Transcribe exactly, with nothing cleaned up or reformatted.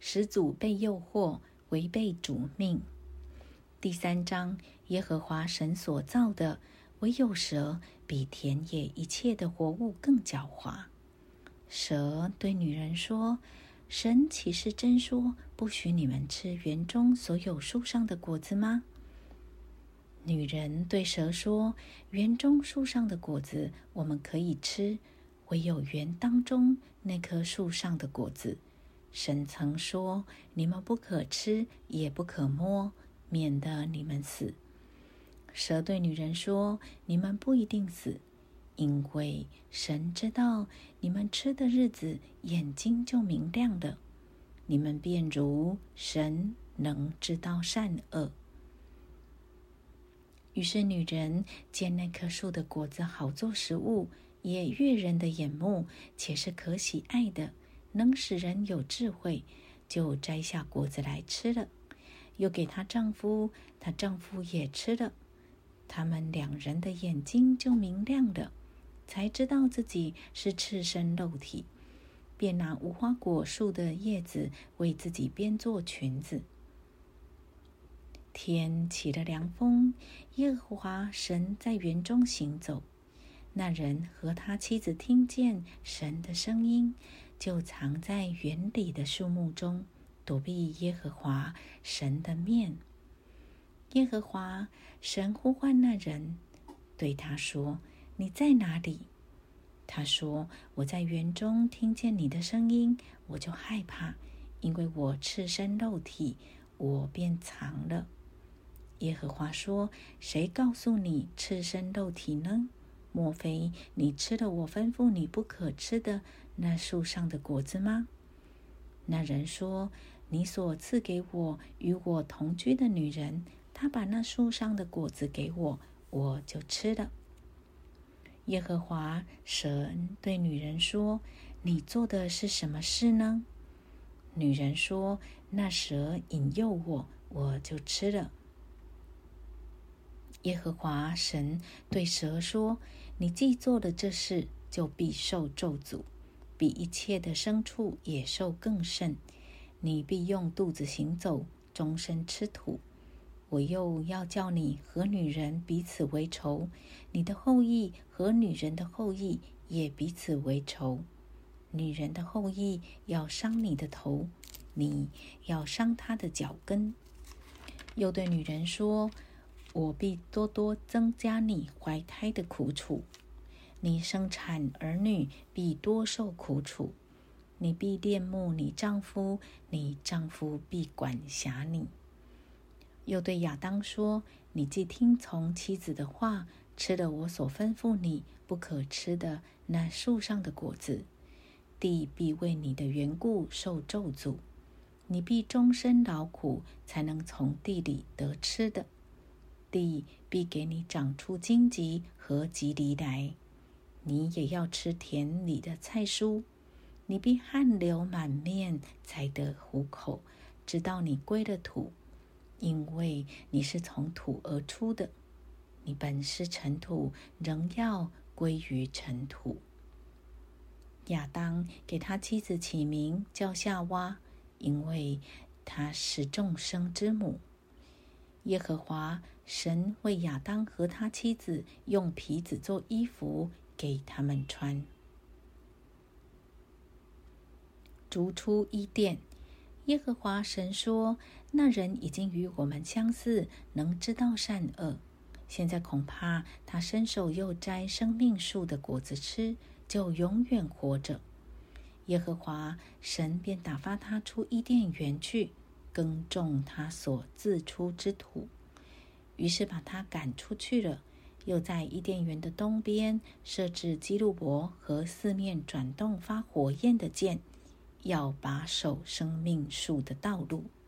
始祖被诱惑，违背主命。第三章，耶和华神所造的，唯有蛇比田野一切的活物更狡猾。蛇对女人说，神岂是真说不许你们吃园中所有树上的果子吗？女人对蛇说，园中树上的果子我们可以吃，唯有园当中那棵树上的果子，神曾说，你们不可吃，也不可摸，免得你们死。蛇对女人说，你们不一定死，因为神知道你们吃的日子眼睛就明亮了，你们便如神，能知道善恶。于是女人见那棵树的果子好做食物，也悦人的眼目，且是可喜爱的，能使人有智慧，就摘下果子来吃了，又给她丈夫，她丈夫也吃了。他们两人的眼睛就明亮了，才知道自己是赤身露体，便拿无花果树的叶子为自己编做裙子。天起了凉风，耶和华神在园中行走。那人和他妻子听见神的声音，就藏在园里的树木中，躲避耶和华神的面。耶和华神呼唤那人，对他说，你在哪里？他说，我在园中听见你的声音，我就害怕，因为我赤身露体，我便藏了。耶和华说，谁告诉你赤身露体呢？莫非你吃了我吩咐你不可吃的那树上的果子吗？那人说，你所赐给我与我同居的女人，她把那树上的果子给我，我就吃了。耶和华神对女人说，你做的是什么事呢？女人说，那蛇引诱我，我就吃了。耶和华神对蛇说，你既做了这事，就必受咒诅，比一切的牲畜野兽更甚。你必用肚子行走，终身吃土。我又要叫你和女人彼此为仇，你的后裔和女人的后裔也彼此为仇。女人的后裔要伤你的头，你要伤她的脚跟。又对女人说，我必多多增加你怀胎的苦楚，你生产儿女必多受苦楚。你必恋慕你丈夫，你丈夫必管辖你。又对亚当说，你既听从妻子的话，吃了我所吩咐你不可吃的那树上的果子，地必为你的缘故受咒诅，你必终身劳苦，才能从地里得吃的。地必给你长出荆棘和棘藜来，你也要吃田里的菜蔬。你必汗流满面，才得糊口，直到你归了土，因为你是从土而出的，你本是尘土，仍要归于尘土。亚当给他妻子起名叫夏娃，因为她是众生之母。耶和华神为亚当和他妻子用皮子做衣服给他们穿。逐出伊甸。耶和华神说，那人已经与我们相似，能知道善恶。现在恐怕他伸手又摘生命树的果子吃，就永远活着。耶和华神便打发他出伊甸园去，耕种他所自出之土。于是把他赶出去了，又在伊甸园的东边设置基路伯和四面转动发火焰的剑，要把守生命树的道路。